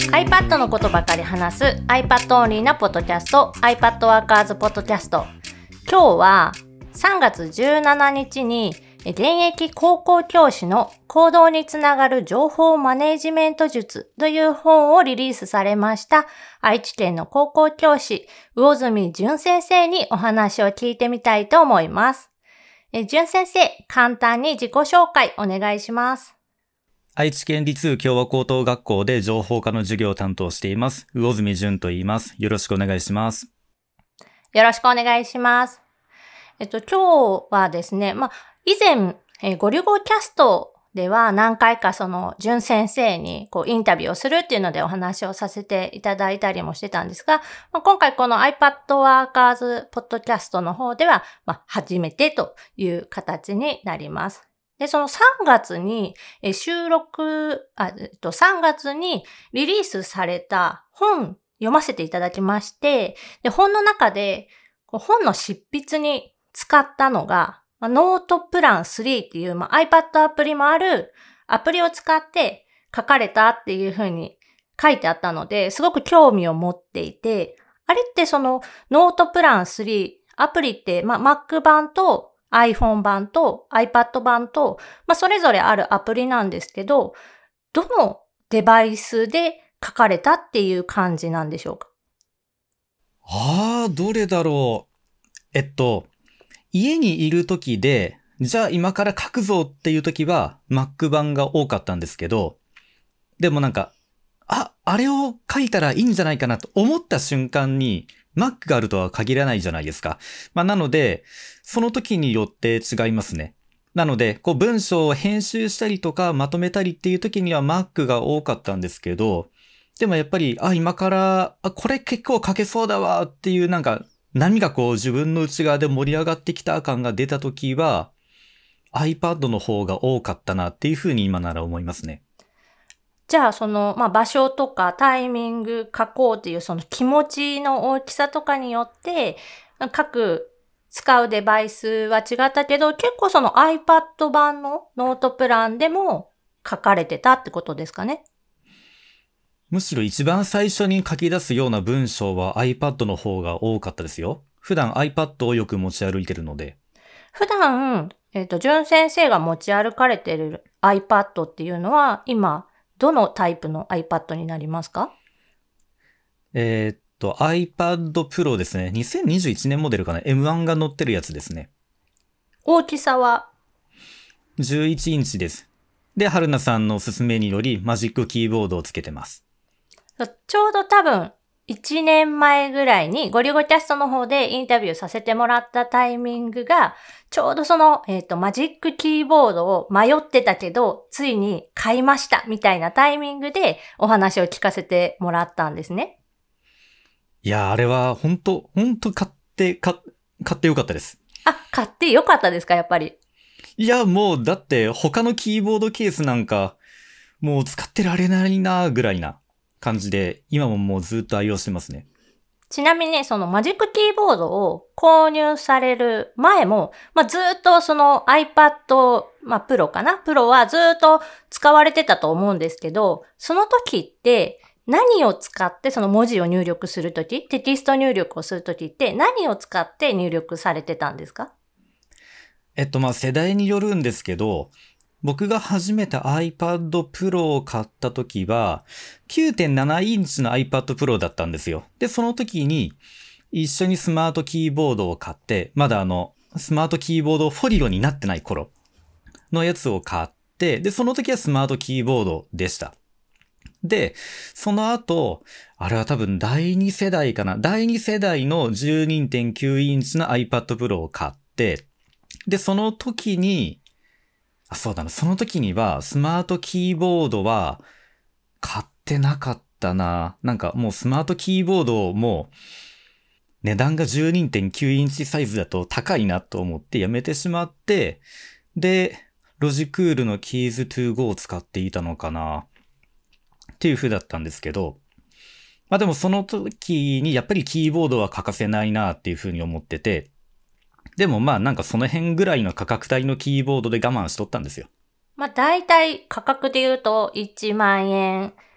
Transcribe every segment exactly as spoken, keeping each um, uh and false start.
iPad のことばかり話す iPad オンリーなポッドキャスト iPad ワーカーズポッドキャスト。今日はさんがつじゅうしちにちに現役高校教師の行動につながる情報マネジメント術という本をリリースされました愛知県の高校教師魚住淳先生にお話を聞いてみたいと思います。淳先生、簡単に自己紹介お願いします。 愛知県立共和高等学校で情報科の授業を担当しています。魚住淳と言います。よろしくお願いします。 よろしくお願いします。えっと、今日はですね、まあ、以前、えー、ゴリゴキャストでは何回かその、淳先生にこうインタビューをするっていうのでお話をさせていただいたりもしてたんですが、まあ、今回この iPad Workers Podcast の方では、まあ、初めてという形になります。で、そのさんがつに収録、あ、えっと、さんがつにリリースされた本読ませていただきまして、で、本の中で、本の執筆に使ったのが、ノートプランスリーっていう、まあ、iPad アプリもあるアプリを使って書かれたっていう風に書いてあったので、すごく興味を持っていて、あれってそのノートプランスリー、アプリって、まあ、Mac 版とiPhone 版と iPad 版と、まあ、それぞれあるアプリなんですけど、どのデバイスで書かれたっていう感じなんでしょうか？ ああ、どれだろう。えっと、家にいる時で、じゃあ今から書くぞっていう時は Mac 版が多かったんですけど、でもなんか、あ、あれを書いたらいいんじゃないかなと思った瞬間に Mac があるとは限らないじゃないですか。まあなので、その時によって違いますね。なので、こう文章を編集したりとかまとめたりっていう時には Mac が多かったんですけど、でもやっぱり、あ、今から、あ、これ結構書けそうだわっていうなんか、波がこう自分の内側で盛り上がってきた感が出た時は、iPad の方が多かったなっていうふうに今なら思いますね。 じゃあ、その、まあ、場所とかタイミング書こうっていうその気持ちの大きさとかによって、各使うデバイスは違ったけど、結構その iPad 版のノートプランでも書かれてたってことですかね？ むしろ一番最初に書き出すような文章は iPad の方が多かったですよ。普段 iPad をよく持ち歩いてるので。 普段、えっと、淳先生が持ち歩かれてる iPad っていうのは、今、どのタイプの iPad になりますか？ えー、っと、iPad Pro ですね。にせんにじゅういちねんモデルかな。エムワン が載ってるやつですね。 大きさはじゅういちインチです。で、春菜さんのおすすめによりマジックキーボードをつけてます。 ちょうど多分、いちねんまえぐらいにゴリゴキャストの方でインタビューさせてもらったタイミングが、ちょうどその、えっと、マジックキーボードを迷ってたけど、ついに買いましたみたいなタイミングでお話を聞かせてもらったんですね。 いや、あれは本当本当買って、買ってよかったです。 あ、買ってよかったですか、やっぱり。 いや、もうだって他のキーボードケースなんか、もう使ってられないなぐらいな感じで、今ももうずっと愛用してますね。 ちなみにそのマジックキーボードを購入される前も、まあ、ずっとその iPad、まあ、Pro かな ?Pro はずっと使われてたと思うんですけど、その時って何を使ってその文字を入力するとき、テキスト入力をするときって何を使って入力されてたんですか？ えっとまあ世代によるんですけど、僕が初めて iPad Pro を買った時は きゅうてんなな インチの iPad Pro だったんですよ。で、その時に一緒にスマートキーボードを買って、まだあのスマートキーボードフォリロになってない頃のやつを買って、で、その時はスマートキーボードでした。で、その後、あれは多分第二世代かな。第二世代の じゅうにてんきゅう インチの iPad Pro を買って、で、その時に、あ、そうだな。その時には、スマートキーボードは、買ってなかったな。なんかもうスマートキーボードも、値段が じゅうにてんきゅう インチサイズだと高いなと思ってやめてしまって、で、ロジクールの Keys to Go を使っていたのかな。っていう風だったんですけど、まあでもその時にやっぱりキーボードは欠かせないなっていう風に思ってて、でもまあなんかその辺ぐらいの価格帯のキーボードで我慢しとったんですよ。 まあ、大体価格で言うといちまんえん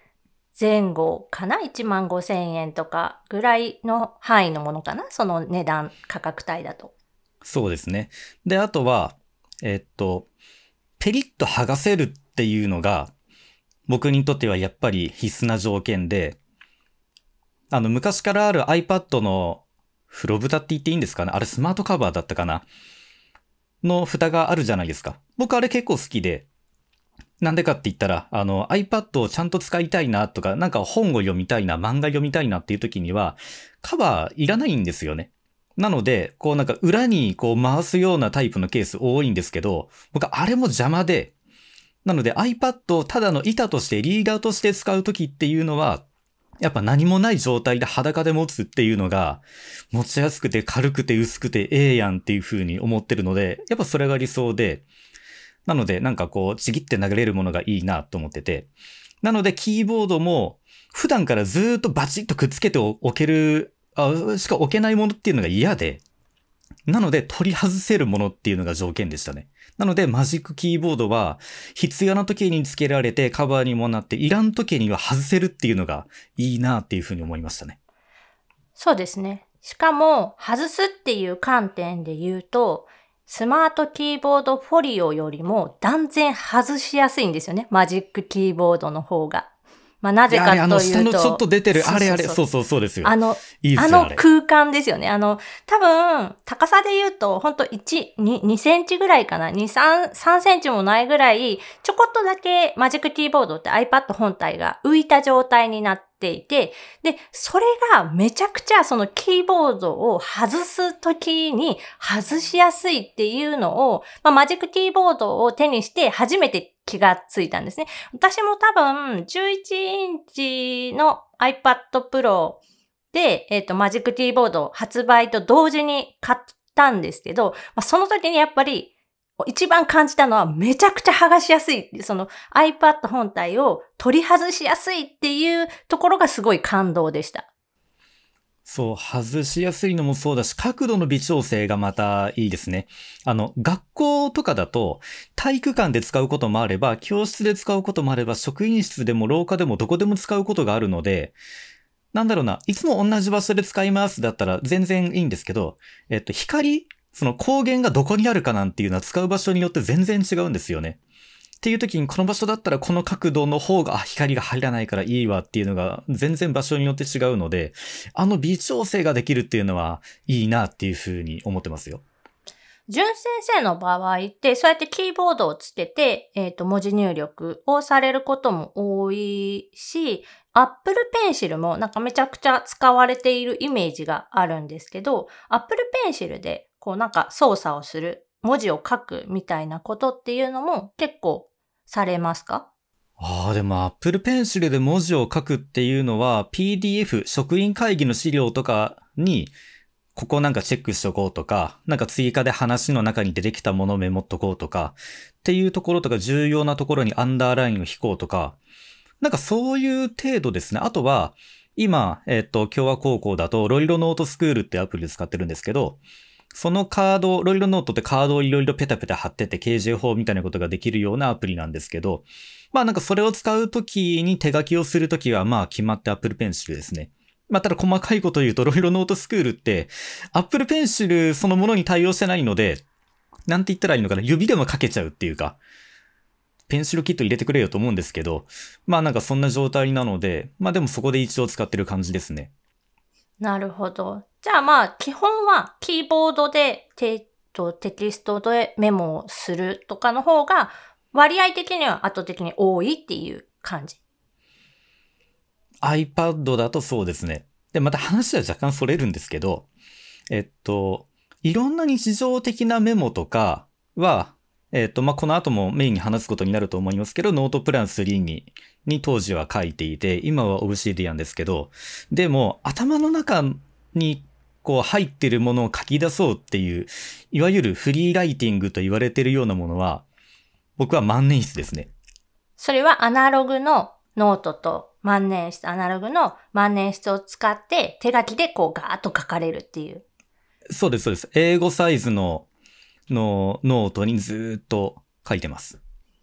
前後かな ?いちまんごせんえんとかぐらいの範囲のものかな、その値段、価格帯だと。 そうですね。で、あとは、えっと、ペリッと剥がせるっていうのが、僕にとってはやっぱり必須な条件で、あの、昔からある iPad の風呂蓋って言っていいんですかね、あれスマートカバーだったかなの蓋があるじゃないですか。僕あれ結構好きで、なんでかって言ったら、あの iPad をちゃんと使いたいなとか、なんか本を読みたいな、漫画読みたいなっていう時には、カバーいらないんですよね。なので、こうなんか裏にこう回すようなタイプのケース多いんですけど、僕あれも邪魔で、なので iPad をただの板としてリーダーとして使う時っていうのは、やっぱ何もない状態で裸で持つっていうのが、持ちやすくて軽くて薄くてええやんっていう風に思ってるので、やっぱそれが理想で、なのでなんかこうちぎって投げれるものがいいなと思ってて、なのでキーボードも普段からずーっとバチッとくっつけておける、あ、しか置けないものっていうのが嫌で、なので取り外せるものっていうのが条件でしたね。なのでマジックキーボードは必要な時に付けられてカバーにもなっていらん時には外せるっていうのがいいなっていうふうに思いましたね。 そうですね。しかも外すっていう観点で言うと、スマートキーボードフォリオよりも断然外しやすいんですよね。マジックキーボードの方が。まあなぜかというと。 あれ、あの下のちょっと出てる、 そうそうそうあれあれ、そうそうそうですよ。 あの、 いいですあよ、あれ。 の空間ですよね。あの、多分、高さで言うと、ほんといち、に、にセンチぐらいかな。に、さん、さんセンチもないぐらい、ちょこっとだけマジックキーボードって iPad 本体が浮いた状態になっていて、で、それがめちゃくちゃそのキーボードを外すときに外しやすいっていうのを、まあ、マジックキーボードを手にして初めて気がついたんですね。私も多分じゅういちインチの iPad Pro で、えっと、マジックキーボード発売と同時に買ったんですけど、まあ、その時にやっぱり一番感じたのはめちゃくちゃ剥がしやすい。その iPad 本体を取り外しやすいっていうところがすごい感動でした。 そう、外しやすいのもそうだし、角度の微調整がまたいいですね。あの、学校とかだと、体育館で使うこともあれば、教室で使うこともあれば、職員室でも廊下でもどこでも使うことがあるので、なんだろうな、いつも同じ場所で使いますだったら全然いいんですけど、えっと、光、その光源がどこにあるかなんていうのは使う場所によって全然違うんですよね。っていう時にこの場所だったらこの角度の方が、あ、光が入らないからいいわっていうのが全然場所によって違うので、あの微調整ができるっていうのはいいなっていうふうに思ってますよ。 淳先生の場合って、そうやってキーボードをつけて、えっと、文字入力をされることも多いし、Apple Pencil もなんかめちゃくちゃ使われているイメージがあるんですけど、Apple Pencil でこうなんか操作をする、文字を書くみたいなことっていうのも結構されますか？ ああ、でも Apple Pencil で文字を書くっていうのは ピーディーエフ、職員会議の資料とかにここなんかチェックしとこうとか、なんか追加で話の中に出てきたものをメモっとこうとか、っていうところとか重要なところにアンダーラインを引こうとか、なんかそういう程度ですね。あとは、今、えっと、共和高校だと、ロイロノートスクールってアプリで使ってるんですけど、そのカード、ロイロノートってカードをいろいろペタペタ貼ってて、ケージェー 法みたいなことができるようなアプリなんですけど、まあなんかそれを使うときに手書きをするときは、まあ決まって Apple Pencil ですね。まあ、ただ細かいこと言うと、ロイロノートスクールって、Apple Pencil そのものに対応してないので、なんて言ったらいいのかな、指でも書けちゃうっていうか、ペンシルキット入れてくれよと思うんですけど、まあなんかそんな状態なので、まあでもそこで一応使ってる感じですね。 なるほど。じゃあまあ、基本はキーボードでテテキストでメモをするとかの方が、割合的には圧倒的に多いっていう感じ。 iPad だとそうですね。で、また話は若干それるんですけど、えっと、いろんな日常的なメモとかは、えっと、まあ、この後もメインに話すことになると思いますけど、ノートプランスリーに、に当時は書いていて、今は Obsidian ですけど、でも、頭の中に、こう入ってるものを書き出そうっていう、いわゆるフリーライティングと言われてるようなものは、僕は万年筆ですね。 それはアナログのノートと万年筆、アナログの万年筆を使って手書きでこうガーッと書かれるっていう。 そうです、そうです。英語サイズの、のノートにずーっと書いてます。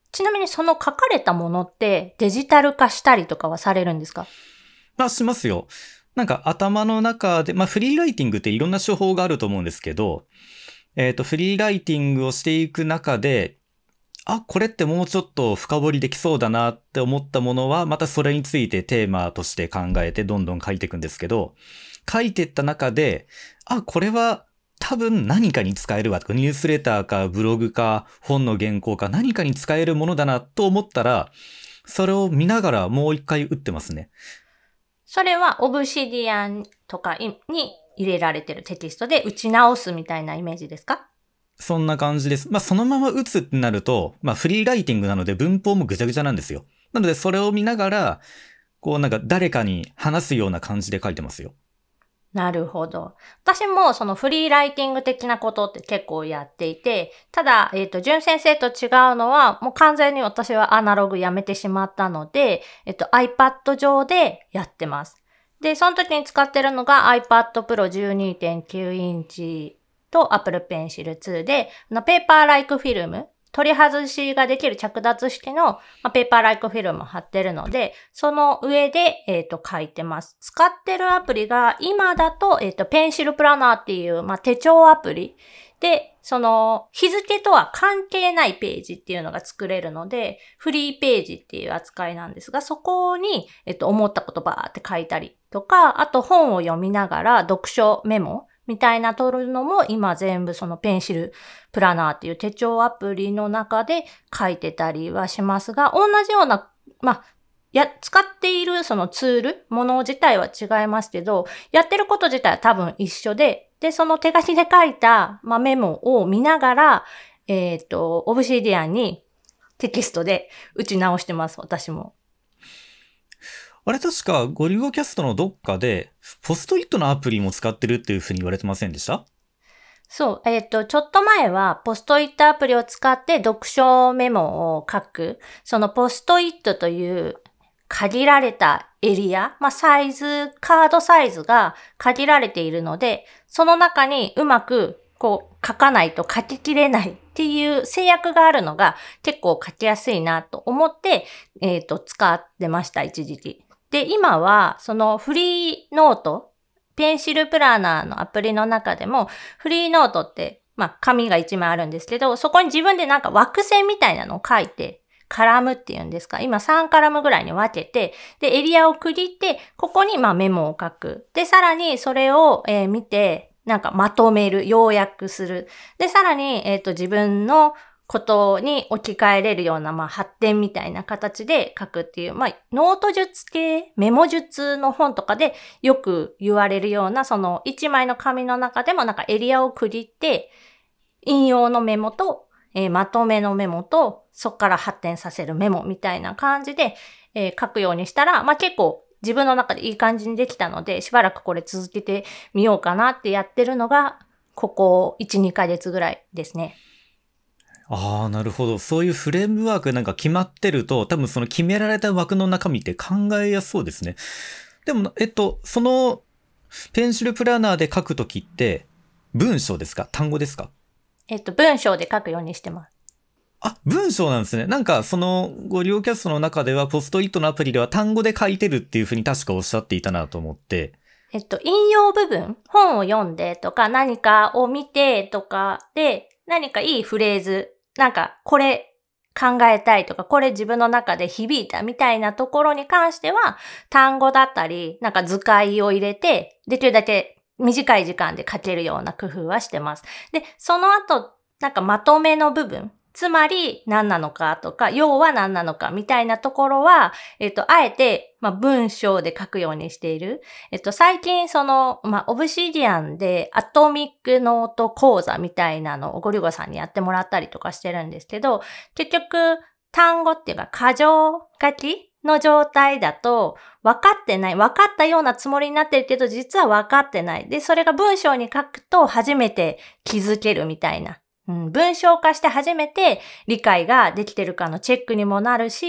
ちなみにその書かれたものってデジタル化したりとかはされるんですか？ まあ、しますよ。なんか頭の中で、まあフリーライティングっていろんな手法があると思うんですけど、えっと、フリーライティングをしていく中で、あ、これってもうちょっと深掘りできそうだなって思ったものは、またそれについてテーマとして考えてどんどん書いていくんですけど、書いていった中で、あ、これは多分何かに使えるわとか、ニュースレターかブログか本の原稿か何かに使えるものだなと思ったら、それを見ながらもう一回打ってますね。 それはオブシディアンとかに入れられてるテキストで打ち直すみたいなイメージですか？ そんな感じです。まあそのまま打つってなると、まあフリーライティングなので文法もぐちゃぐちゃなんですよ。なのでそれを見ながら、こうなんか誰かに話すような感じで書いてますよ。 なるほど。私もそのフリーライティング的なことって結構やっていて、ただ、えっと、淳先生と違うのは、もう完全に私はアナログやめてしまったので、えっと、iPad 上でやってます。で、その時に使ってるのが iPad Pro じゅうにてんきゅう インチと Apple Pencil ツーで、ペーパーライクフィルム、取り外しができる着脱式の、まあ、ペーパーライクフィルムを貼ってるので、その上で、えっと、書いてます。使ってるアプリが、今だと、えっと、ペンシルプラナーっていう、まあ、手帳アプリで、その、日付とは関係ないページっていうのが作れるので、フリーページっていう扱いなんですが、そこに、えっと、思ったことばーって書いたりとか、あと本を読みながら読書メモみたいな取るのも今全部そのペンシルプラナーっていう手帳アプリの中で書いてたりはしますが、同じような、まあ、や、使っているそのツール、もの自体は違いますけど、やってること自体は多分一緒で、で、その手書きで書いた、まあ、メモを見ながら、えっと、オブシディアンにテキストで打ち直してます、私も。 あれ確かゴリゴキャストのどっかで、ポストイットのアプリも使ってるっていう風に言われてませんでした？ そう、えっと、ちょっと前はポストイットアプリを使って読書メモを書く。そのポストイットという限られたエリア、まあ、サイズ、カードサイズが限られているので、その中にうまくこう書かないと書ききれないっていう制約があるのが結構書きやすいなと思って、えっと、使ってました、一時期。で、今はそのフリーノート、ペンシルプラナーのアプリの中でもフリーノートって、まあ、紙がいちまいあるんですけど、そこに自分でなんか枠線みたいなのを書いて、カラムっていうんですか。今さんカラムぐらいに分けて、で、エリアを区切って、ここにまあメモを書く。で、さらにそれを、えー見て、なんかまとめる、要約する。で、さらに、えっと、自分のことに置き換えれるような、まあ、発展みたいな形で書くっていう、まあ、ノート術系、メモ術の本とかでよく言われるような、その一枚の紙の中でもなんかエリアを区切って、引用のメモと、えーまとめのメモと、そこから発展させるメモみたいな感じで、えー書くようにしたら、まあ、結構自分の中でいい感じにできたので、しばらくこれ続けてみようかなってやってるのが、ここいち、にかげつぐらいですね。 ああ、なるほど。そういうフレームワークなんか決まってると、多分その決められた枠の中身って考えやすそうですね。でも、えっと、そのペンシルプランナーで書くときって、文章ですか？単語ですか？ えっと、文章で書くようにしてます。 あ、文章なんですね。なんか、その、ご利用キャストの中では、ポストイットのアプリでは単語で書いてるっていうふうに確かおっしゃっていたなと思って。 えっと、引用部分、本を読んでとか、何かを見てとかで、何かいいフレーズ、なんか、これ考えたいとか、これ自分の中で響いたみたいなところに関しては、単語だったり、なんか図解を入れて、できるだけ短い時間で書けるような工夫はしてます。で、その後、なんかまとめの部分、つまり何なのかとか、要は何なのかみたいなところは、えっと、あえて、まあ、文章で書くようにしている。えっと、最近その、まあ、オブシディアンでアトミックノート講座みたいなのをゴリゴさんにやってもらったりとかしてるんですけど、結局、単語っていうか、箇条書きの状態だと、分かってない。分かったようなつもりになってるけど、実は分かってない。で、それが文章に書くと初めて気づけるみたいな。うん、文章化して初めて理解ができてるかのチェックにもなるし、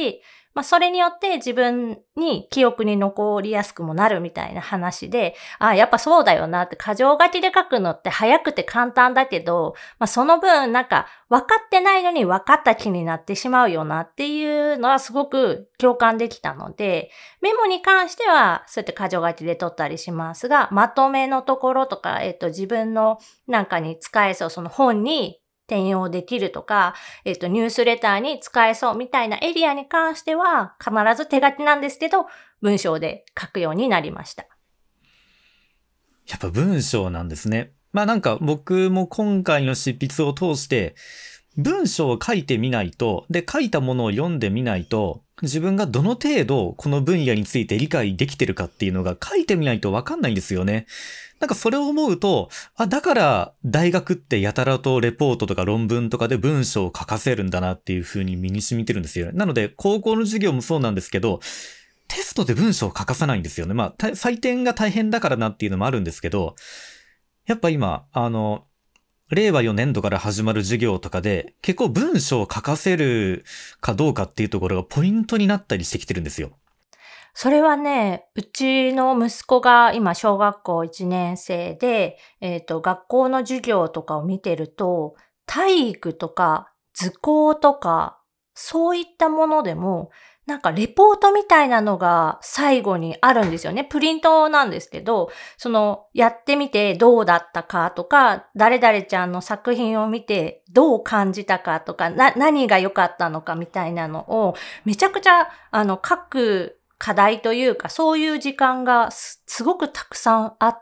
まあ、それによって自分に記憶に残りやすくもなるみたいな話で、あ、やっぱそうだよなって、箇条書きで書くのって早くて簡単だけど、まあ、その分なんか分かってないのに分かった気になってしまうよなっていうのはすごく共感できたので、メモに関してはそうやって箇条書きで取ったりしますが、まとめのところとか、えっと、自分のなんかに使えそう、その本に転用できるとか、えっと、ニュースレターに使えそうみたいなエリアに関しては、必ず手書きなんですけど、文章で書くようになりました。 やっぱ文章なんですね。まあなんか僕も今回の執筆を通して、文章を書いてみないと、で、書いたものを読んでみないと、自分がどの程度この分野について理解できてるかっていうのが書いてみないとわかんないんですよね。なんかそれを思うと、あ、だから大学ってやたらとレポートとか論文とかで文章を書かせるんだなっていう風に身に染みてるんですよね。なので高校の授業もそうなんですけど、テストで文章を書かさないんですよね。まあ、採点が大変だからなっていうのもあるんですけど、やっぱ今、あの、令和よねん度から始まる授業とかで結構文章を書かせるかどうかっていうところがポイントになったりしてきてるんですよ。 それはね、うちの息子が今小学校いちねん生で、えっと、学校の授業とかを見てると、体育とか図工とか、そういったものでも、なんかレポートみたいなのが最後にあるんですよね。プリントなんですけど、そのやってみてどうだったかとか、誰々ちゃんの作品を見てどう感じたかとか、な、何が良かったのかみたいなのをめちゃくちゃあの書く課題というか、そういう時間が す, すごくたくさんあって、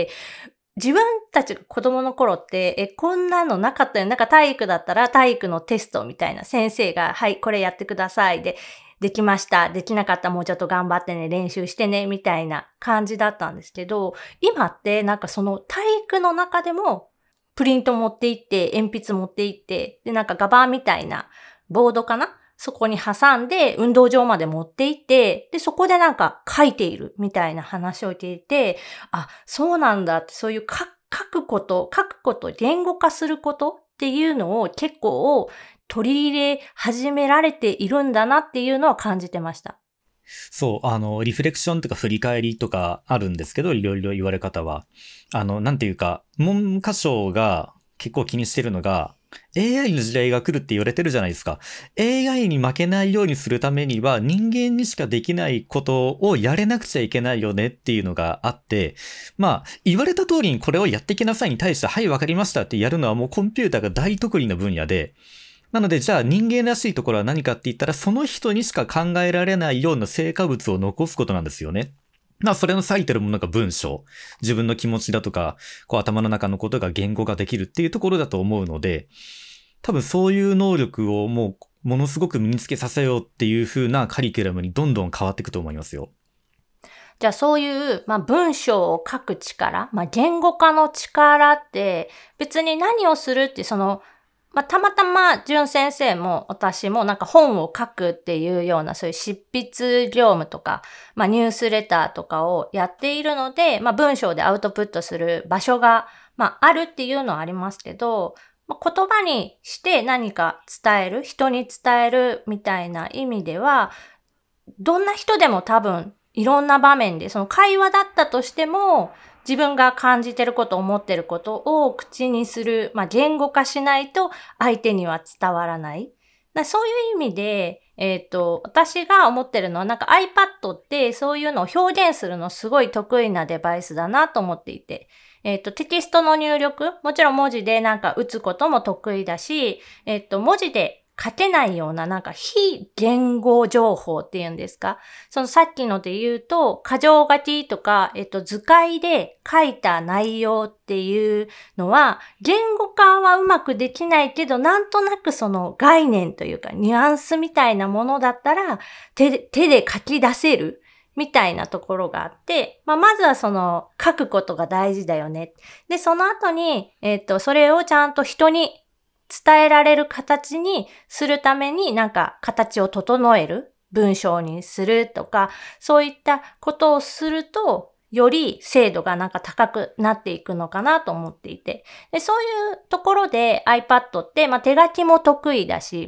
自分たちが子供の頃って、え、こんなのなかったよ。なんか体育だったら体育のテストみたいな先生が、はい、これやってください。で、できました。できなかったらもうちょっと頑張ってね、練習してね、みたいな感じだったんですけど、今ってなんかその体育の中でも、プリント持って行って、鉛筆持って行って、で、なんかガバーみたいなボードかなそこに挟んで運動場まで持って行って、で、そこでなんか書いているみたいな話を聞いて、あ、そうなんだって、そういう書書くこと、書くこと、言語化することっていうのを結構取り入れ始められているんだなっていうのは感じてました。 そう、あの、リフレクションとか振り返りとかあるんですけど、いろいろ言われ方は。あの、なんていうか、文科省が結構気にしてるのが、エーアイ の時代が来るって言われてるじゃないですか。エーアイ に負けないようにするためには人間にしかできないことをやれなくちゃいけないよねっていうのがあって、まあ、言われた通りにこれをやってきなさいに対して、はい、わかりましたってやるのはもうコンピューターが大得意な分野で、なので、じゃあ人間らしいところは何かって言ったら、その人にしか考えられないような成果物を残すことなんですよね。まあ、それの最たるものが文章。自分の気持ちだとか、こう頭の中のことが言語化できるっていうところだと思うので、多分そういう能力をもう、ものすごく身につけさせようっていう風なカリキュラムにどんどん変わっていくと思いますよ。 じゃあそういう、まあ、文章を書く力、まあ、言語化の力って別に何をするってその、まあ、たまたま淳先生も私もなんか本を書くっていうようなそういう執筆業務とか、まあ、ニュースレターとかをやっているので、まあ、文章でアウトプットする場所が、まあ、あるっていうのはありますけど、まあ、言葉にして何か伝える、人に伝えるみたいな意味では、どんな人でも多分いろんな場面で、その会話だったとしても、自分が感じてること、思ってることを口にする、まあ、言語化しないと相手には伝わらない。だそういう意味で、えっと、私が思ってるのは、なんか iPad ってそういうのを表現するのすごい得意なデバイスだなと思っていて、えっと、テキストの入力、もちろん文字でなんか打つことも得意だし、えっと、文字で書けないようななんか非言語情報っていうんですか？そのさっきので言うと、箇条書きとか、えっと、図解で書いた内容っていうのは、言語化はうまくできないけど、なんとなくその概念というか、ニュアンスみたいなものだったら、手で、手で書き出せるみたいなところがあって、まあ、まずはその書くことが大事だよね。で、その後に、えっと、それをちゃんと人に伝えられる形にするためになんか形を整える文章にするとか、そういったことをすると、より精度がなんか高くなっていくのかなと思っていて。で、そういうところで iPad って、まあ、手書きも得意だし、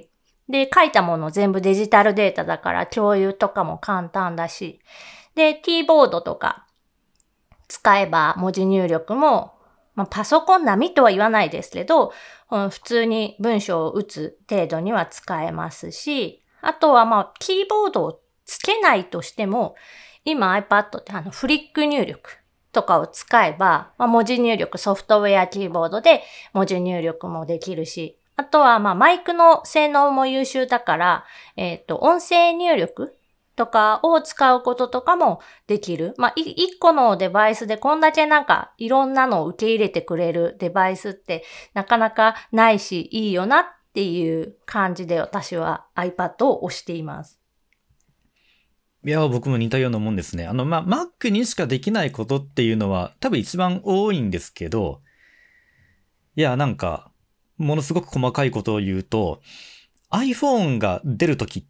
で、書いたもの全部デジタルデータだから共有とかも簡単だし、で、キーボードとか使えば文字入力も、まあ、パソコン並みとは言わないですけど、うん、普通に文章を打つ程度には使えますし、あとはまあ、キーボードをつけないとしても、今 iPad ってあのフリック入力とかを使えば、まあ、文字入力、ソフトウェアキーボードで文字入力もできるし、あとはまあマイクの性能も優秀だから、えっと、音声入力とかを使うこととかもできる。まあ、一個のデバイスでこんだけなんかいろんなのを受け入れてくれるデバイスってなかなかないし、いいよなっていう感じで私は iPad を推しています。 いや、僕も似たようなもんですね。あの、まあ、Mac にしかできないことっていうのは多分一番多いんですけど、いや、なんか、ものすごく細かいことを言うと、iPhone が出るときって、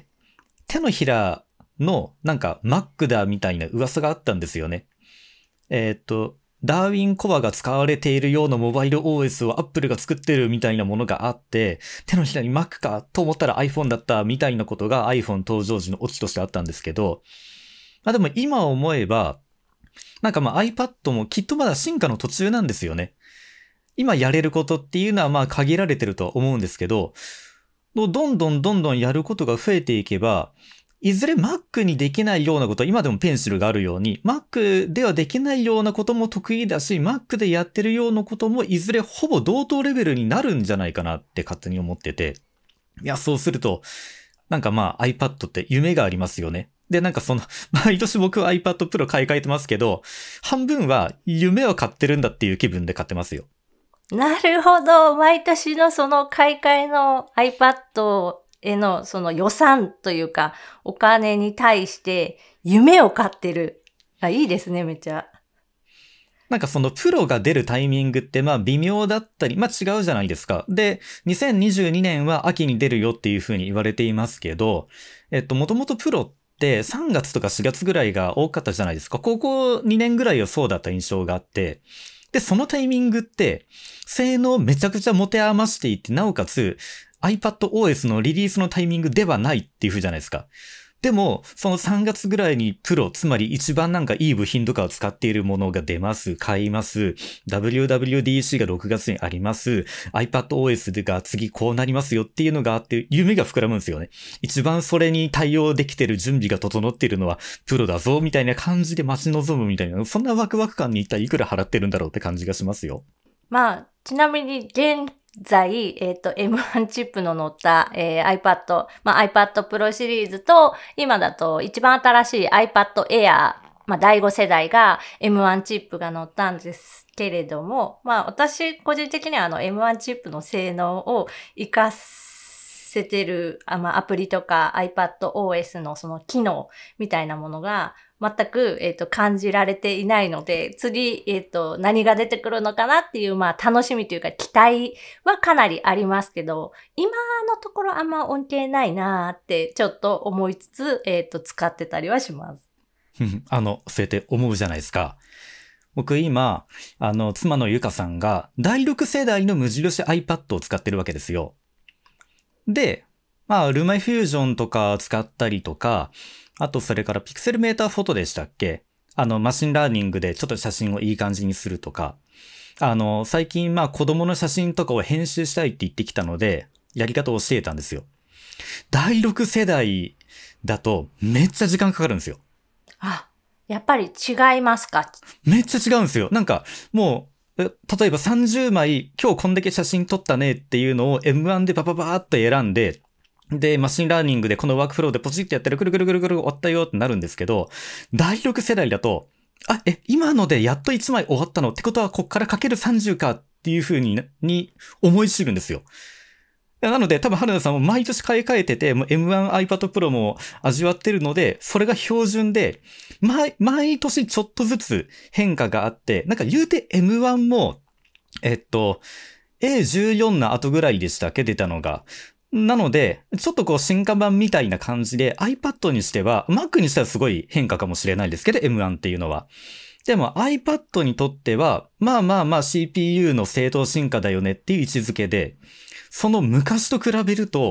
手のひらのなんか Mac だみたいな噂があったんですよね。えーっと、ダーウィンコアが使われているようなモバイル オーエス を Apple が作ってるみたいなものがあって、手のひらに Mac かと思ったら iPhone だったみたいなことが iPhone 登場時のオチとしてあったんですけど、まあでも今思えば、なんかまあ iPad もきっとまだ進化の途中なんですよね。今やれることっていうのはまあ限られてるとは思うんですけど、どんどんどんどんやることが増えていけば、いずれ Mac にできないようなこと、今でもペンシルがあるように、Mac ではできないようなことも得意だし、Mac でやってるようなこともいずれほぼ同等レベルになるんじゃないかなって勝手に思ってて。いや、そうすると、なんかまあ iPad って夢がありますよね。で、なんかその、毎年僕は iPad Pro 買い替えてますけど、半分は夢を買ってるんだっていう気分で買ってますよ。 なるほど。毎年のその買い替えの iPad へのその予算というか、お金に対して夢を買ってる。あ、いいですね、めっちゃ。 なんかそのプロが出るタイミングってまあ微妙だったり、まあ違うじゃないですか。で、にせんにじゅうにねんは秋に出るよっていう風に言われていますけど、えっと、もともとプロってさんがつとかしがつぐらいが多かったじゃないですか。ここにねんぐらいはそうだった印象があって、で、そのタイミングって、性能めちゃくちゃ持て余していて、なおかつ iPad オーエス のリリースのタイミングではないっていう風じゃないですか。でも、そのさんがつぐらいにプロ、つまり一番なんかいい部品とかを使っているものが出ます、買います。ダブリューダブリューディーシー がろくがつにあります。iPad オーエス が次こうなりますよっていうのがあって、夢が膨らむんですよね。一番それに対応できてる準備が整っているのはプロだぞ、みたいな感じで待ち望むみたいな、そんなワクワク感に一体いくら払ってるんだろうって感じがしますよ。 まあ、ちなみに現在、えっと、エムワン チップの乗った、えー iPad、まあ iPad Pro シリーズと、今だと一番新しい iPad Air、まあだいご世代が エムワン チップが乗ったんですけれども、まあ私個人的にはあの エムワン チップの性能を活かせてる、あまあ、アプリとか iPad オーエス のその機能みたいなものが全く、えっと、感じられていないので、次、えっと、何が出てくるのかなっていう、まあ、楽しみというか、期待はかなりありますけど、今のところあんま恩恵ないなーって、ちょっと思いつつ、えっと、使ってたりはします。 あの、そうやって思うじゃないですか。僕今、あの、妻のゆかさんが、だいろく世代の無印 iPad を使ってるわけですよ。で、まあ、ルマイフュージョンとか使ったりとか、あとそれからピクセルメーターフォトでしたっけ？あの、マシンラーニングでちょっと写真をいい感じにするとか、あの、最近まあ子供の写真とかを編集したいって言ってきたので、やり方を教えたんですよ。だいろく世代だとめっちゃ時間かかるんですよ。 あ、やっぱり違いますか？ めっちゃ違うんですよ。なんか、もう、例えばさんじゅうまい、今日こんだけ写真撮ったねっていうのを エムワン でバババーっと選んで、で、マシンラーニングでこのワークフローでポチってやったらくるくるくるくる終わったよってなるんですけど、だいろく世代だと、あ、え、今のでやっといちまい終わったのってことはこっからかけるさんじゅうかっていう風に、に思い知るんですよ。なので多分春菜さんも毎年買い替えてて、もう エムワン iPad Pro も味わってるので、それが標準で、毎、毎年ちょっとずつ変化があって、なんか言うて エムワン も、えっと、エーじゅうよん の後ぐらいでしたっけ出たのが。なので、ちょっとこう進化版みたいな感じで iPad にしては、Mac にしてはすごい変化かもしれないですけど、エムワン っていうのは。でも iPad にとっては、まあまあまあ シーピーユー の正当進化だよねっていう位置づけで、その昔と比べると、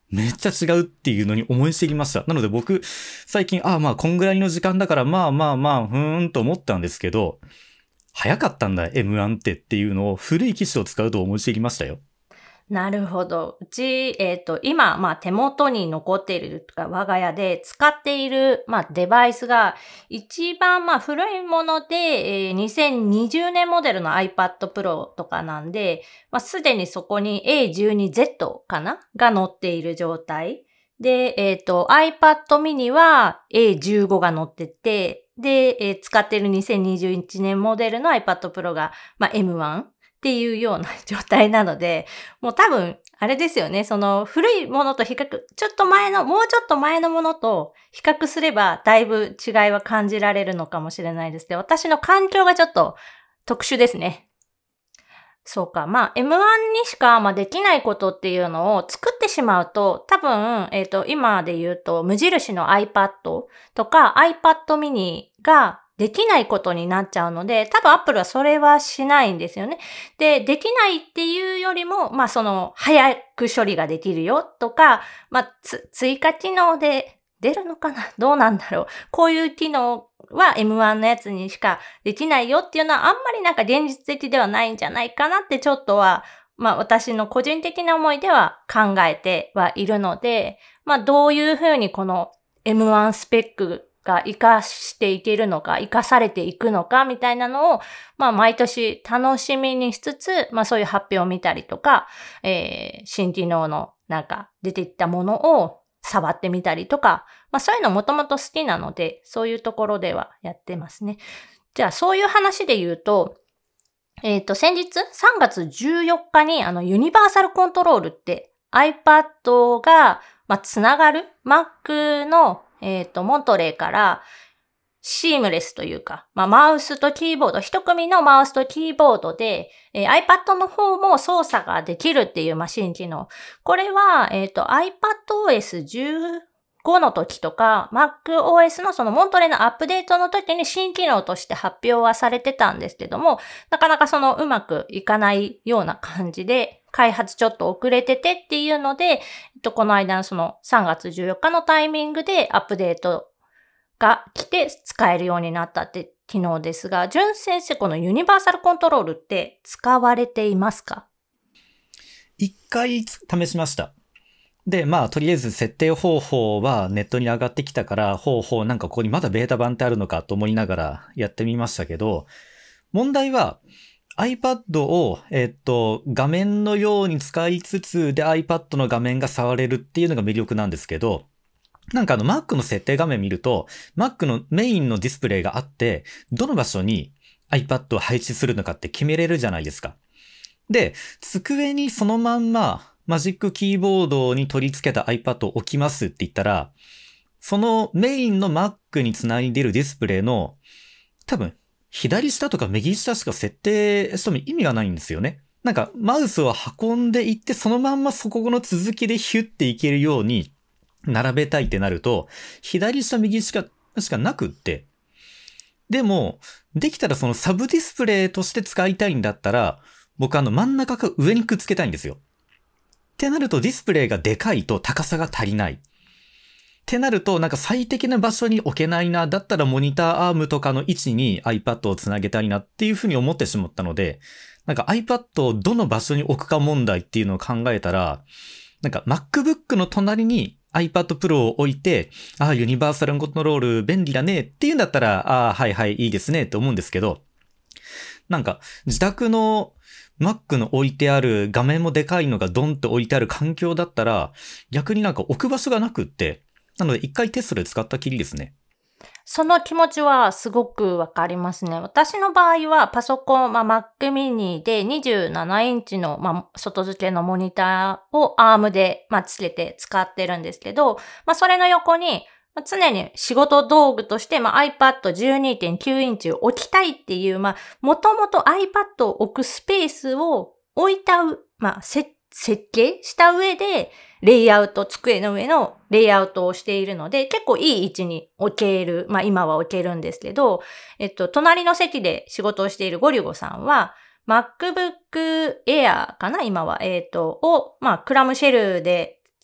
めっちゃ違うっていうのに思い知りました。なので僕、最近、ああまあこんぐらいの時間だからまあまあまあ、ふーんと思ったんですけど、早かったんだ エムワン ってっていうのを古い機種を使うと思い知りましたよ。 なるほど。うち、えっと、今、まあ手元に残っているとか、我が家で使っている、まあデバイスが、一番まあ古いもので、えーにせんにじゅうねんモデルの iPad Pro とかなんで、まあすでにそこに エーじゅうにゼット かなが載っている状態。で、えっと、iPad mini は エーじゅうご が載ってて、で、えー使っているにせんにじゅういちねんモデルの iPad Pro が、まあ エムワン。っていうような状態なので、もう多分、あれですよね、その古いものと比較、ちょっと前の、もうちょっと前のものと比較すれば、だいぶ違いは感じられるのかもしれないですけど、私の環境がちょっと特殊ですね。そうか。まあ、エムワン にしか、まあ、できないことっていうのを作ってしまうと、多分、えっと、今で言うと、無印の iPad とか iPad mini ができないことになっちゃうので、多分 Apple はそれはしないんですよね。で、できないっていうよりも、まあ、その、早く処理ができるよとか、まあ、つ、追加機能で出るのかなどうなんだろう。こういう機能は エムワン のやつにしかできないよっていうのはあんまりなんか現実的ではないんじゃないかなってちょっとは、まあ私の個人的な思いでは考えてはいるので、まあどういうふうにこの エムワン スペックが活かしていけるのか、活かされていくのかみたいなのを、まあ毎年楽しみにしつつ、まあそういう発表を見たりとか、えー、新機能のなんか出ていったものを触ってみたりとか、まあそういうのもともと好きなので、そういうところではやってますね。じゃあそういう話で言うと、えっと、先日さんがつじゅうよっかにあのユニバーサルコントロールって iPad が、まあ、つながる Mac の、えっと、モントレーからシームレスというか、まあ、マウスとキーボード、一組のマウスとキーボードで、えー iPad の方も操作ができるっていうマシン機能。これは、えっと、アイパッドオーエスじゅうご の時とか、MacOS のそのモントレのアップデートの時に新機能として発表はされてたんですけども、なかなかそのうまくいかないような感じで、開発ちょっと遅れててっていうので、えっと、この間のそのさんがつじゅうよっかのタイミングでアップデートが来て使えるようになったって機能ですが、じゅん先生、このユニバーサルコントロールって使われていますか？ 一回試しました。で、まあ、とりあえず設定方法はネットに上がってきたから、方法なんかここにまだベータ版ってあるのかと思いながらやってみましたけど、問題は iPad を、えっと、画面のように使いつつで iPad の画面が触れるっていうのが魅力なんですけど、なんかあの Mac の設定画面見ると、Mac のメインのディスプレイがあって、どの場所に iPad を配置するのかって決めれるじゃないですか。で、机にそのまんまマジックキーボードに取り付けた iPad を置きますって言ったら、そのメインの Mac につないでるディスプレイの多分左下とか右下しか設定しても意味がないんですよね。なんかマウスを運んでいってそのまんまそこの続きでヒュッていけるように並べたいってなると、左下右下しかなくって。でも、できたらそのサブディスプレイとして使いたいんだったら、僕あの真ん中か上にくっつけたいんですよ。ってなるとディスプレイがでかいと高さが足りない。ってなるとなんか最適な場所に置けないな。だったらモニターアームとかの位置に iPad をつなげたいなっていうふうに思ってしまったので、なんか iPad をどの場所に置くか問題っていうのを考えたら、なんか MacBook の隣にiPad Pro を置いて、ああ、ユニバーサルコントロール便利だねっていうんだったら、ああ、はいはい、いいですねって思うんですけど、なんか自宅の Mac の置いてある画面もでかいのがドンって置いてある環境だったら、逆になんか置く場所がなくって、なので一回テストで使ったきりですね。 その気持ちはすごくわかりますね。私の場合はパソコン、まあ、Mac mini でにじゅうななインチの、まあ、外付けのモニターを アーム で、まあ、つけて使ってるんですけど、まあ、それの横に常に仕事道具として、まあ、iPad じゅうにてんきゅう インチを置きたいっていう、まあ、もともと iPad を置くスペースを置いた、まあ、設計した上で、レイアウト、机の上のレイアウトをしているので、結構いい位置に置ける。まあ今は置けるんですけど、えっと、隣の席で仕事をしているゴリュゴさんは、MacBook Air かな今は、えっと、を、まあクラムシェルで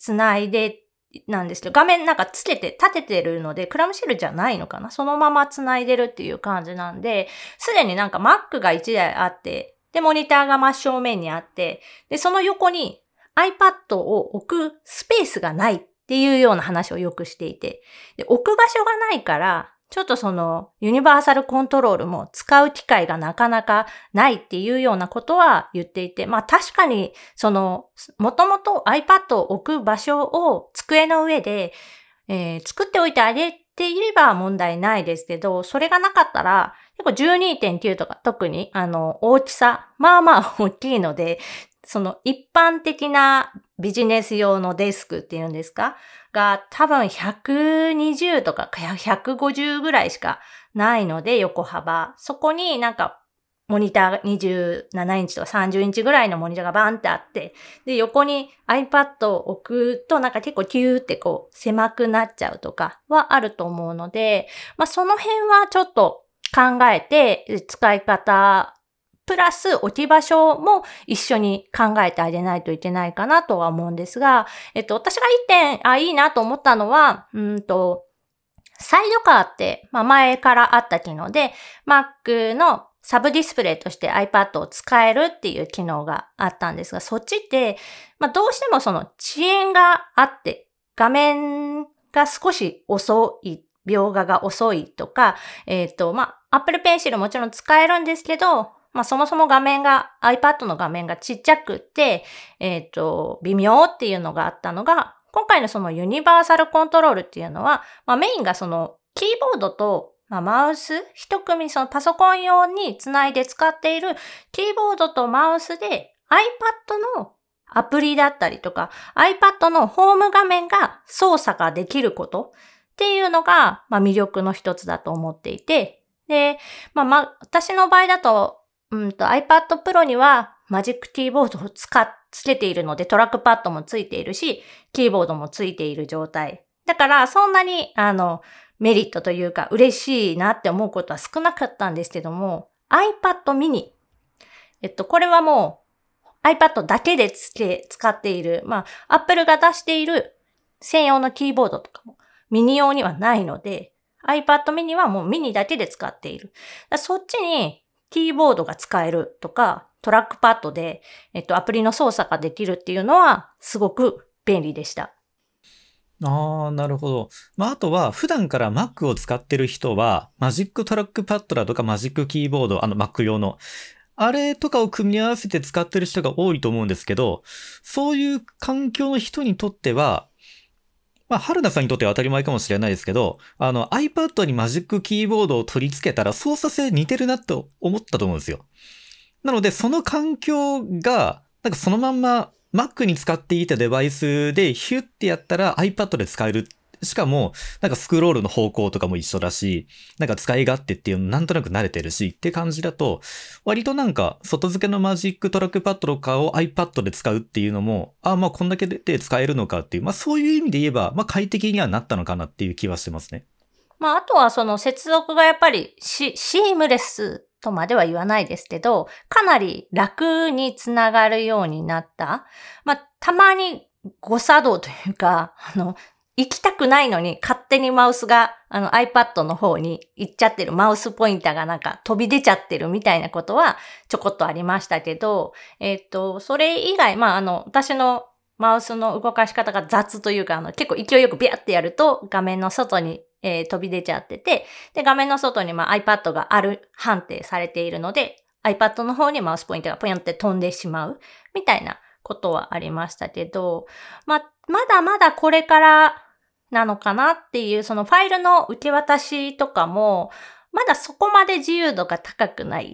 つないでなんですけど、画面なんかつけて、立ててるので、クラムシェルじゃないのかな、そのままつないでるっていう感じなんで、すでになんか Mac がいちだいあって、で、モニターが真正面にあって、で、その横に iPad を置くスペースがないっていうような話をよくしていて、で、置く場所がないから、ちょっとそのユニバーサルコントロールも使う機会がなかなかないっていうようなことは言っていて、まあ確かにそのもともと iPad を置く場所を机の上で、えー、作っておいてあげていれば問題ないですけど、それがなかったら結構 じゅうにてんきゅう とか特にあの大きさ、まあまあ大きいので、その一般的なビジネス用のデスクっていうんですかが多分ひゃくにじゅうとかひゃくごじゅうぐらいしかないので、横幅。そこになんかモニターがにじゅうななインチとかさんじゅうインチぐらいのモニターがバンってあって、で、横に iPad を置くとなんか結構キューってこう狭くなっちゃうとかはあると思うので、まあその辺はちょっと考えて使い方プラス置き場所も一緒に考えてあげないといけないかなとは思うんですが、えっと、私が一点、あ、いいなと思ったのは、うんと、サイドカーって、まあ、前からあった機能で、Mac のサブディスプレイとして iPad を使えるっていう機能があったんですが、そっちって、まあ、どうしてもその遅延があって、画面が少し遅い、描画が遅いとか、えっと、まあ、Apple Pencil もちろん使えるんですけど、まあそもそも画面が、iPad の画面がちっちゃくって、えっと、微妙っていうのがあったのが、今回のそのユニバーサルコントロールっていうのは、まあメインがそのキーボードと、まあ、マウス、一組そのパソコン用につないで使っているキーボードとマウスで iPad のアプリだったりとか、iPad のホーム画面が操作ができることっていうのが、まあ魅力の一つだと思っていて、で、まあ、ま、私の場合だと、うんと iPad Pro にはマジックキーボードを使っ、つけているのでトラックパッドもついているし、キーボードもついている状態。だからそんなにあのメリットというか嬉しいなって思うことは少なかったんですけども、iPad mini。えっと、これはもう iPad だけでつけ、使っている、まあ Apple が出している専用のキーボードとかもミニ用にはないので、iPad mini はもうミニだけで使っている。そっちにキーボードが使えるとか、トラックパッドで、えっと、アプリの操作ができるっていうのは、すごく便利でした。 ああ、なるほど。まあ、あとは、普段から Mac を使ってる人は、マジックトラックパッドだとか、マジックキーボード、あの Mac 用の、あれとかを組み合わせて使ってる人が多いと思うんですけど、そういう環境の人にとっては、まあ、春菜さんにとっては当たり前かもしれないですけど、あの iPad にマジックキーボードを取り付けたら操作性似てるなと思ったと思うんですよ。なので、その環境が、なんかそのまんま Mac に使っていたデバイスでヒュッてやったら iPad で使える。しかも、なんかスクロールの方向とかも一緒だし、なんか使い勝手っていうのなんとなく慣れてるしって感じだと、割となんか外付けのマジックトラックパッドとかを iPad で使うっていうのも、あ、まあこんだけで使えるのかっていう、まあそういう意味で言えば、まあ快適にはなったのかなっていう気はしてますね。 まああとはその接続がやっぱりシ、シームレスとまでは言わないですけど、かなり楽につながるようになった。まあたまに誤作動というか、あの、行きたくないのに勝手にマウスがあの iPad の方に行っちゃってる、マウスポインターがなんか飛び出ちゃってるみたいなことはちょこっとありましたけど、えっと、それ以外、まああの、私のマウスの動かし方が雑というか、あの、結構勢いよくビャってやると画面の外に、えー、飛び出ちゃってて、で、画面の外にまあ iPad がある判定されているので、iPad の方にマウスポインターがポヨンって飛んでしまうみたいなことはありましたけど、まあ、まだまだこれからなのかなっていう、そのファイルの受け渡しとかも、まだそこまで自由度が高くない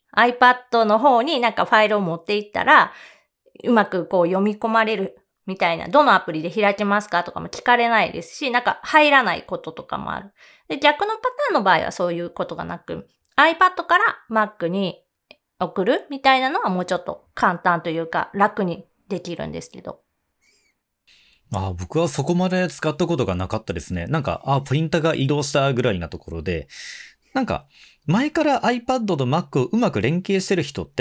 。iPad の方になんかファイルを持っていったら、うまくこう読み込まれるみたいな、どのアプリで開けますかとかも聞かれないですし、なんか入らないこととかもある。で、逆のパターンの場合はそういうことがなく、iPad から Mac に送るみたいなのはもうちょっと簡単というか楽にできるんですけど。 ああ、僕はそこまで使ったことがなかったですね。なんか、ああ、プリンターが移動したぐらいなところで、なんか、 前から iPad と Mac をうまく連携してる人って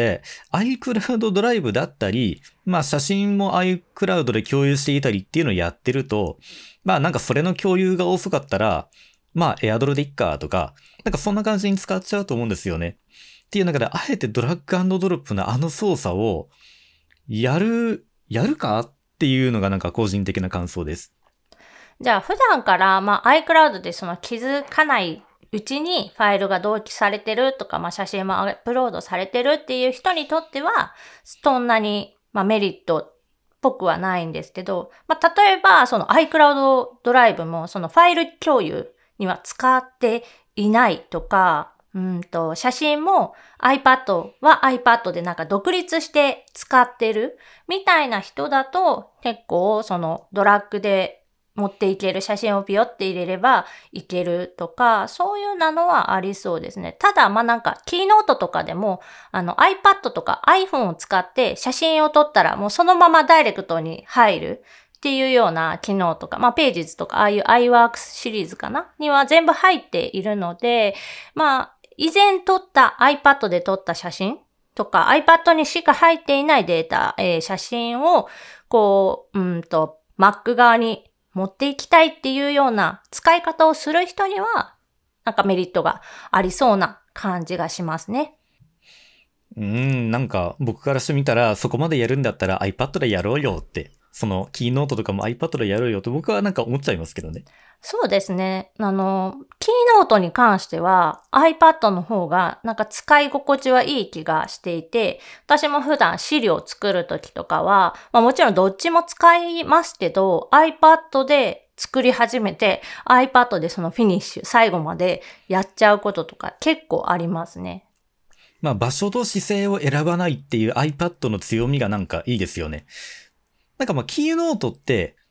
iCloud ドライブだったり、まあ写真も iCloud で共有していたりっていうのをやってると、まあなんかそれの共有が遅かったら、まあ AirDrop でいっかとか、なんかそんな感じに使っちゃうと思うんですよね。っていう中で、あえてドラッグ&ドロップのあの操作をやる、やるかっていうのがなんか個人的な感想です。 じゃあ普段からまあ iCloud でその気づかないうちにファイルが同期されてるとか、まあ写真もアップロードされてるっていう人にとっては、そんなにまあメリットっぽくはないんですけど、まあ例えばその iCloud ドライブもそのファイル共有には使っていないとか、うんと写真も iPad は iPad でなんか独立して使ってるみたいな人だと、結構そのドラッグで持っていける、写真をピヨって入れればいけるとか、そういうのはありそうですね。ただ、まあ、なんか、キーノートとかでも、あの iPad とか iPhone を使って写真を撮ったら、もうそのままダイレクトに入るっていうような機能とか、まあ、ページズとか、ああいう iWorks シリーズかなには全部入っているので、まあ、以前撮った iPad で撮った写真とか、iPad にしか入っていないデータ、えー、写真を、こう、うんと、Mac 側に持っていきたいっていうような使い方をする人には、なんかメリットがありそうな感じがしますね。 うーん、なんか僕からしてみたらそこまでやるんだったら iPad でやろうよって、そのキーノートとかも iPad でやろうよって僕はなんか思っちゃいますけどね。 そうですね。あの、キーノートに関しては iPad の方がなんか使い心地はいい気がしていて、私も普段資料を作るときとかは、まあもちろんどっちも使いますけど、iPad で作り始めて iPad でそのフィニッシュ、最後までやっちゃうこととか結構ありますね。 まあ場所と姿勢を選ばないっていう iPad の強みがなんかいいですよね。なんかまあキーノートって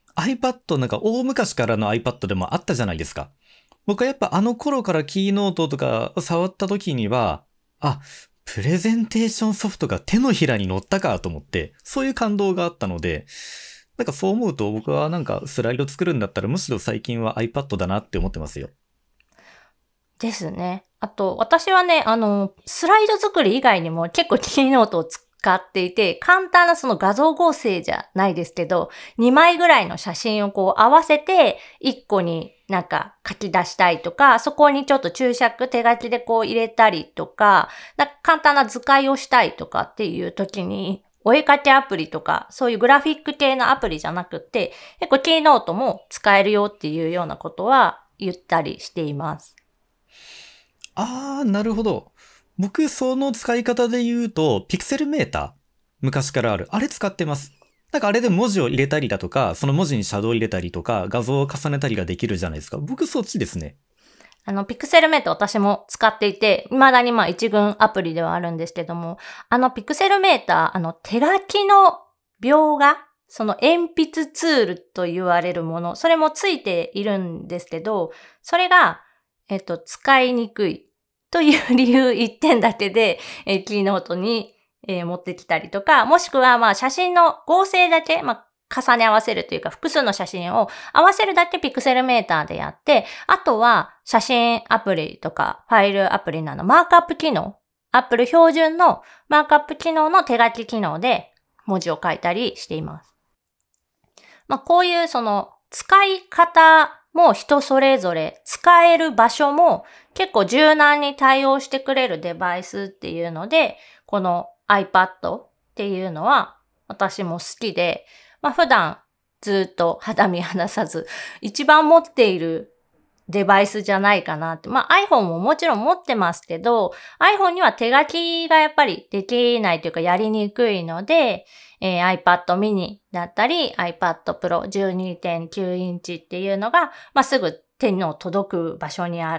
iPad なんか大昔からの iPad でもあったじゃないですか。僕はやっぱあの頃からキーノートとか触った時には、あ、プレゼンテーションソフトが手のひらに乗ったかと思って、そういう感動があったので、なんかそう思うと僕はなんかスライド作るんだったらむしろ最近は iPad だなって思ってますよ。 ですね。あと、私はね、あの、スライド作り以外にも結構キーノートを使っていて、簡単なその画像合成じゃないですけど、にまいぐらいの写真をこう合わせて、いっこになんか書き出したいとか、そこにちょっと注釈手書きでこう入れたりとか、なんか簡単な図解をしたいとかっていう時に、お絵かきアプリとか、そういうグラフィック系のアプリじゃなくて、結構キーノートも使えるよっていうようなことは言ったりしています。 あー、なるほど。僕、その使い方で言うと、ピクセルメーター。昔からある。あれ使ってます。なんかあれで文字を入れたりだとか、その文字にシャドウ入れたりとか、画像を重ねたりができるじゃないですか。僕そっちですね。 あの、ピクセルメーター私も使っていて、未だにまあ一群アプリではあるんですけども、あのピクセルメーター、あの手書きの描画、その鉛筆ツールと言われるもの、それもついているんですけど、それが、えっと、使いにくいという理由一点だけで、えーキーノートに、えー持ってきたりとか、もしくはまあ写真の合成だけ、まあ重ね合わせるというか複数の写真を合わせるだけピクセルメーターでやって、あとは写真アプリとかファイルアプリなどマークアップ機能、Apple 標準のマークアップ機能の手書き機能で文字を書いたりしています。まあこういうその使い方も人それぞれ、使える場所も結構柔軟に対応してくれるデバイスっていうので、この iPad っていうのは私も好きで、まあ普段ずっと肌身離さず一番持っているデバイスじゃないかなって。まあ iPhone ももちろん持ってますけど、iPhone には手書きがやっぱりできないというかやりにくいので、えー、iPad mini だったり iPad Pro じゅうにてんきゅうインチっていうのが、まあすぐ手の届く場所にあって、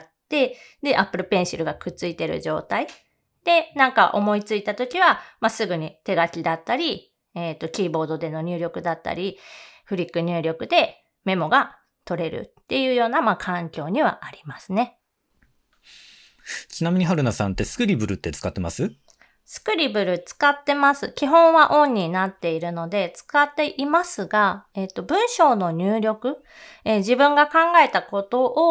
で Apple Pencil がくっついてる状態。で、なんか思いついたときは、まあすぐに手書きだったり、えっと、キーボードでの入力だったり、フリック入力でメモが取れるっていうような、まあ、環境にはありますね。 ちなみに春菜さんってスクリブルって使ってます？ スクリブル使ってます。基本はオンになっているので使っていますが、えっと、文章の入力、えー自分が考えたことを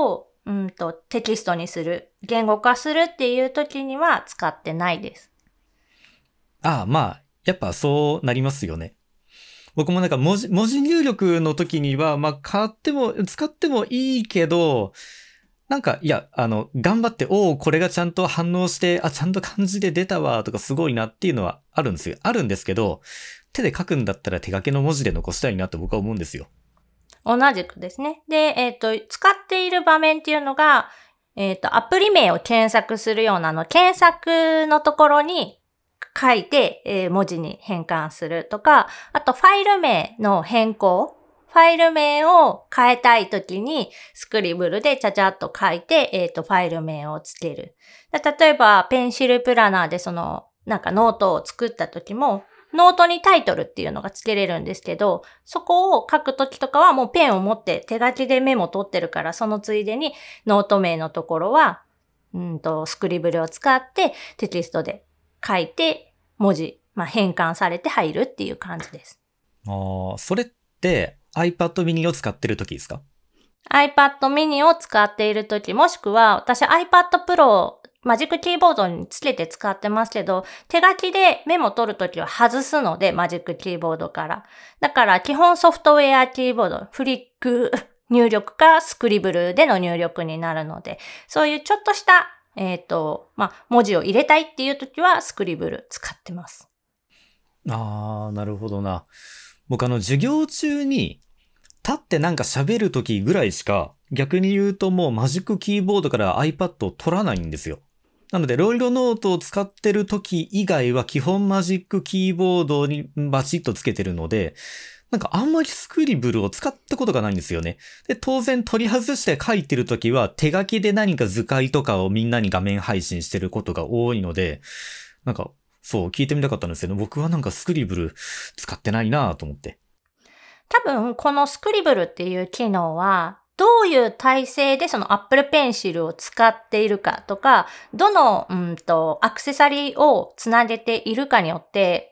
うんと、テキストにする、言語化するっていう時には使ってないです。 ああ、まあ、やっぱそうなりますよね。僕もなんか文字、文字入力の時には、まあ、買っても、使ってもいいけど、なんか、いや、あの、頑張って、おお、これがちゃんと反応して、あ、ちゃんと漢字で出たわ、とかすごいなっていうのはあるんですよ。あるんですけど、手で書くんだったら手書きの文字で残したいなって僕は思うんですよ。 同じくですね。で、えっと、使っている場面っていうのが、えっと、アプリ名を検索するようなの、検索のところに書いて、えー文字に変換するとか、あとファイル名の変更。ファイル名を変えたいときに、スクリブルでちゃちゃっと書いて、えっと、ファイル名をつける。だ例えば、ペンシルプラナーでその、なんかノートを作ったときも、ノートにタイトルっていうのがつけれるんですけど、そこを書くときとかはもうペンを持って手書きでメモ取ってるから、そのついでにノート名のところは、うんと、スクリブルを使ってテキストで書いて、文字、まあ、変換されて入るっていう感じです。 ああ、それって iPad mini を使ってる時ですか？ iPad mini を使っているとき、もしくは私 iPad Pro マジックキーボードにつけて使ってますけど、手書きでメモ取るときは外すので、マジックキーボードから。だから基本ソフトウェアキーボード、フリック入力かスクリブルでの入力になるので、そういうちょっとした、えっと、まあ、文字を入れたいっていうときはスクリブル使ってます。 ああ、なるほどな。僕あの授業中に立ってなんか喋る時ぐらいしか、逆に言うともうマジックキーボードから iPad を取らないんですよ。なので、ロイロノートを使ってる時以外は基本マジックキーボードにバチッとつけてるので、なんかあんまりスクリブルを使ったことがないんですよね。で、当然取り外して書いてる時は手書きで何か図解とかをみんなに画面配信してることが多いので、なんか、そう、聞いてみたかったんですけど、僕はなんかスクリブル使ってないなぁと思って。 多分、このスクリブルっていう機能は、どういう体制でその Apple Pencil を使っているかとか、どの、うんと、アクセサリーをつなげているかによって、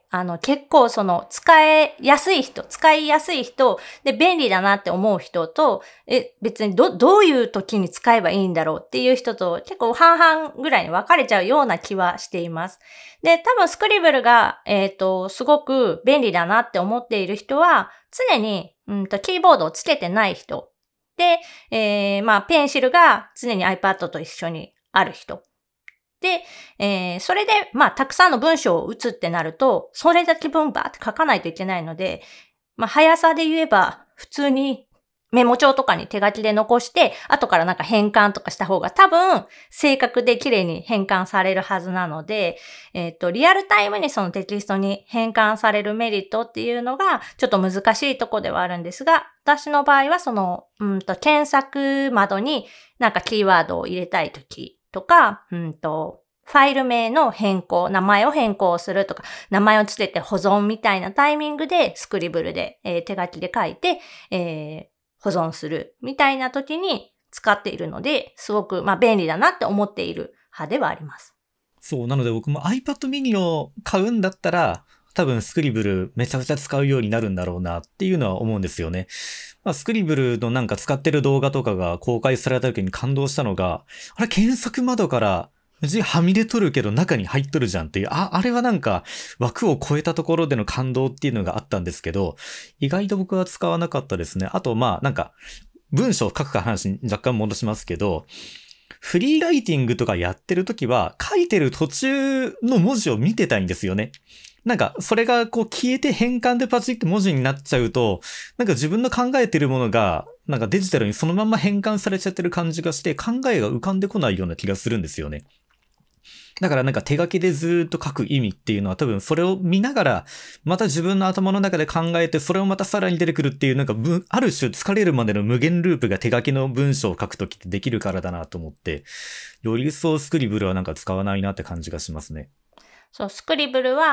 あの、結構その、使いやすい人、使いやすい人、で、便利だなって思う人と、え、別にど、どういう時に使えばいいんだろうっていう人と、結構半々ぐらいに分かれちゃうような気はしています。で、多分スクリブルが、えっと、すごく便利だなって思っている人は、常に、うんと、キーボードをつけてない人。で、えー、まあ、ペンシルが常に iPad と一緒にある人。で、えー、それで、まあ、たくさんの文章を打つってなると、それだけ分バーって書かないといけないので、まあ、速さで言えば、普通にメモ帳とかに手書きで残して、後からなんか変換とかした方が多分、正確で綺麗に変換されるはずなので、えっと、リアルタイムにそのテキストに変換されるメリットっていうのが、ちょっと難しいとこではあるんですが、私の場合はその、うんと、検索窓になんかキーワードを入れたいときとか、うんと、ファイル名の変更、名前を変更するとか、名前をつけて保存みたいなタイミングでスクリブルで、えー手書きで書いて、えー保存するみたいな時に使っているので、すごくまあ便利だなって思っている派ではあります。 そう、なので僕も iPad mini を買うんだったら、多分スクリブルめちゃくちゃ使うようになるんだろうなっていうのは思うんですよね。まあ、スクリブルのなんか使ってる動画とかが公開された時に感動したのが、あれ検索窓から字はみ出とるけど中に入っとるじゃんっていう、あ、あれはなんか枠を超えたところでの感動っていうのがあったんですけど、意外と僕は使わなかったですね。あとまあなんか文章を書くか話に若干戻しますけど、フリーライティングとかやってるときは、書いてる途中の文字を見てたいんですよね。なんか、それがこう消えて変換でパチって文字になっちゃうと、なんか自分の考えてるものが、なんかデジタルにそのまま変換されちゃってる感じがして、考えが浮かんでこないような気がするんですよね。だからなんか手書きでずーっと書く意味っていうのは多分それを見ながら、また自分の頭の中で考えて、それをまたさらに出てくるっていう、なんかある種疲れるまでの無限ループが手書きの文章を書くときってできるからだなと思って、より一層スクリブルはなんか使わないなって感じがしますね。 そう、スクリブルは、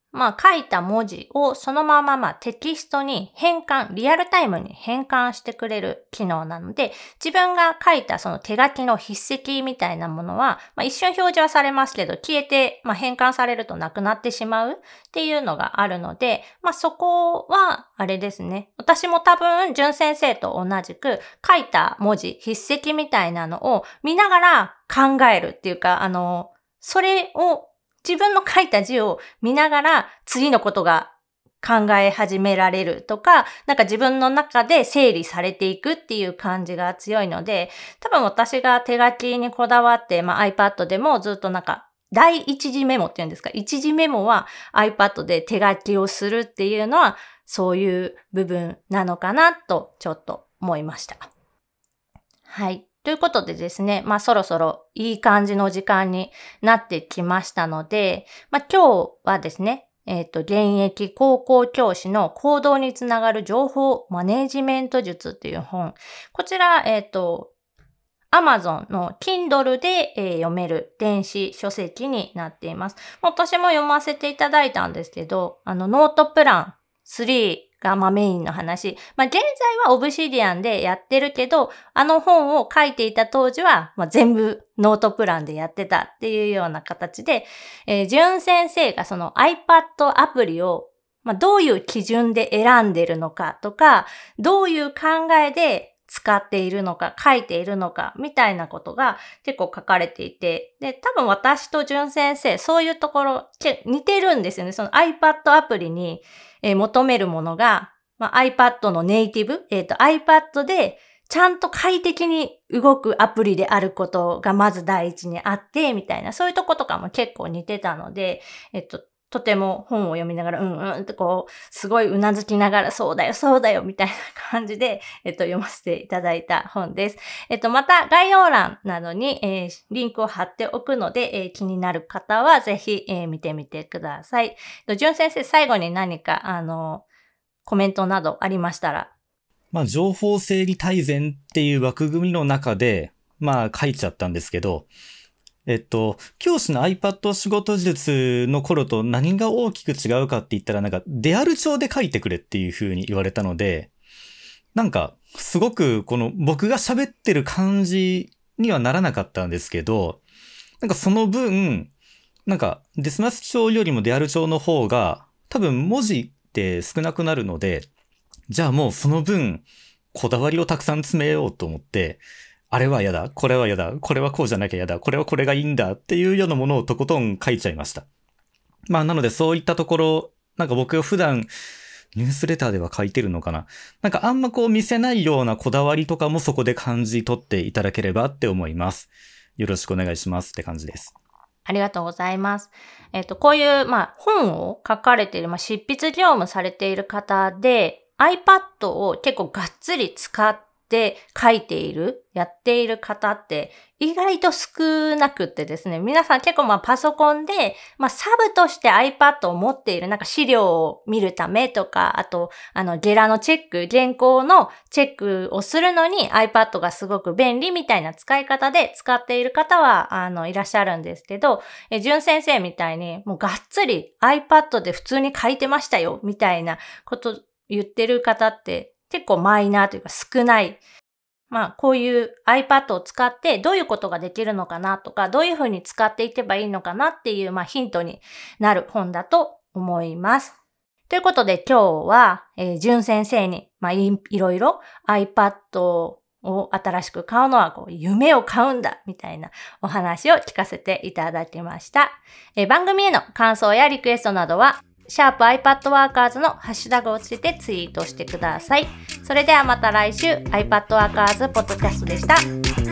まあ書いた文字をそのまままあテキストに変換、リアルタイムに変換してくれる機能なので、自分が書いたその手書きの筆跡みたいなものは、まあ、一瞬表示はされますけど、消えて、まあ、変換されるとなくなってしまうっていうのがあるので、まあそこはあれですね。私も多分、淳先生と同じく書いた文字、筆跡みたいなのを見ながら考えるっていうか、あの、それを自分の書いた字を見ながら次のことが考え始められるとか、なんか自分の中で整理されていくっていう感じが強いので、多分私が手書きにこだわって、まあ iPad でもずっとなんか第一次メモっていうんですか、一次メモは iPad で手書きをするっていうのはそういう部分なのかなとちょっと思いました。はい。ということでですね、まあそろそろいい感じの時間になってきましたので、まあ今日はですね、えっと、現役高校教師の行動につながる情報マネジメント術っていう本。こちら、えっと、Amazon の Kindle で、えー、読める電子書籍になっています。私も読ませていただいたんですけど、あの、ノートプランスリーがまあメインの話。まあ現在はオブシディアンでやってるけど、あの本を書いていた当時は、まあ、全部ノートプランでやってたっていうような形で、えー、淳先生がその iPad アプリを、まあ、どういう基準で選んでるのかとか、どういう考えで使っているのか、書いているのか、みたいなことが結構書かれていて、で、多分私と淳先生、そういうところ、似てるんですよね。その iPad アプリに、えー、求めるものが、まあ、iPad のネイティブ、えっと、iPad でちゃんと快適に動くアプリであることがまず第一にあって、みたいな、そういうとことかも結構似てたので、えっと、とても本を読みながら、うんうんってこう、すごいうなずきながら、そうだよ、そうだよ、みたいな感じで、えっと、読ませていただいた本です。えっと、また概要欄などに、えー、リンクを貼っておくので、えー、気になる方はぜひ、えー、見てみてください。淳先生、最後に何か、あの、コメントなどありましたら。 まあ、情報整理大全っていう枠組みの中で、まあ、書いちゃったんですけど、えっと、教師の iPad 仕事術の頃と何が大きく違うかって言ったら、なんか、デアル帳で書いてくれっていう風に言われたので、なんか、すごくこの僕が喋ってる感じにはならなかったんですけど、なんかその分、なんか、デスマス帳よりもデアル帳の方が、多分文字って少なくなるので、じゃあもうその分、こだわりをたくさん詰めようと思って、あれは嫌だ、これは嫌だ、これはこうじゃなきゃ嫌だ、これはこれがいいんだっていうようなものをとことん書いちゃいました。まあなのでそういったところ、なんか僕が普段ニュースレターでは書いてるのかな。なんかあんまこう見せないようなこだわりとかもそこで感じ取っていただければって思います。よろしくお願いしますって感じです。 ありがとうございます。えっと、こういう、まあ、本を書かれている、まあ、執筆業務されている方で、iPad を結構がっつり使って書いている、やっている方って意外と少なくってですね、皆さん結構まあパソコンで、まあサブとして iPad を持っている、なんか資料を見るためとか、あと、あの、ゲラのチェック、原稿のチェックをするのに iPad がすごく便利みたいな使い方で使っている方は、あの、いらっしゃるんですけど、え、淳先生みたいに、もうがっつり iPad で普通に書いてましたよ、みたいなこと言ってる方って結構マイナーというか少ない。まあこういう iPad を使ってどういうことができるのかなとか、どういうふうに使っていけばいいのかなっていう、まあヒントになる本だと思います。ということで今日は、えー、淳先生に、まあい、いろいろ iPad を新しく買うのはこう夢を買うんだみたいなお話を聞かせていただきました。えー、番組への感想やリクエストなどはシャープ iPadWorkers のハッシュタグをつけてツイートしてください。それではまた来週 iPadWorkers ポッドキャストでした。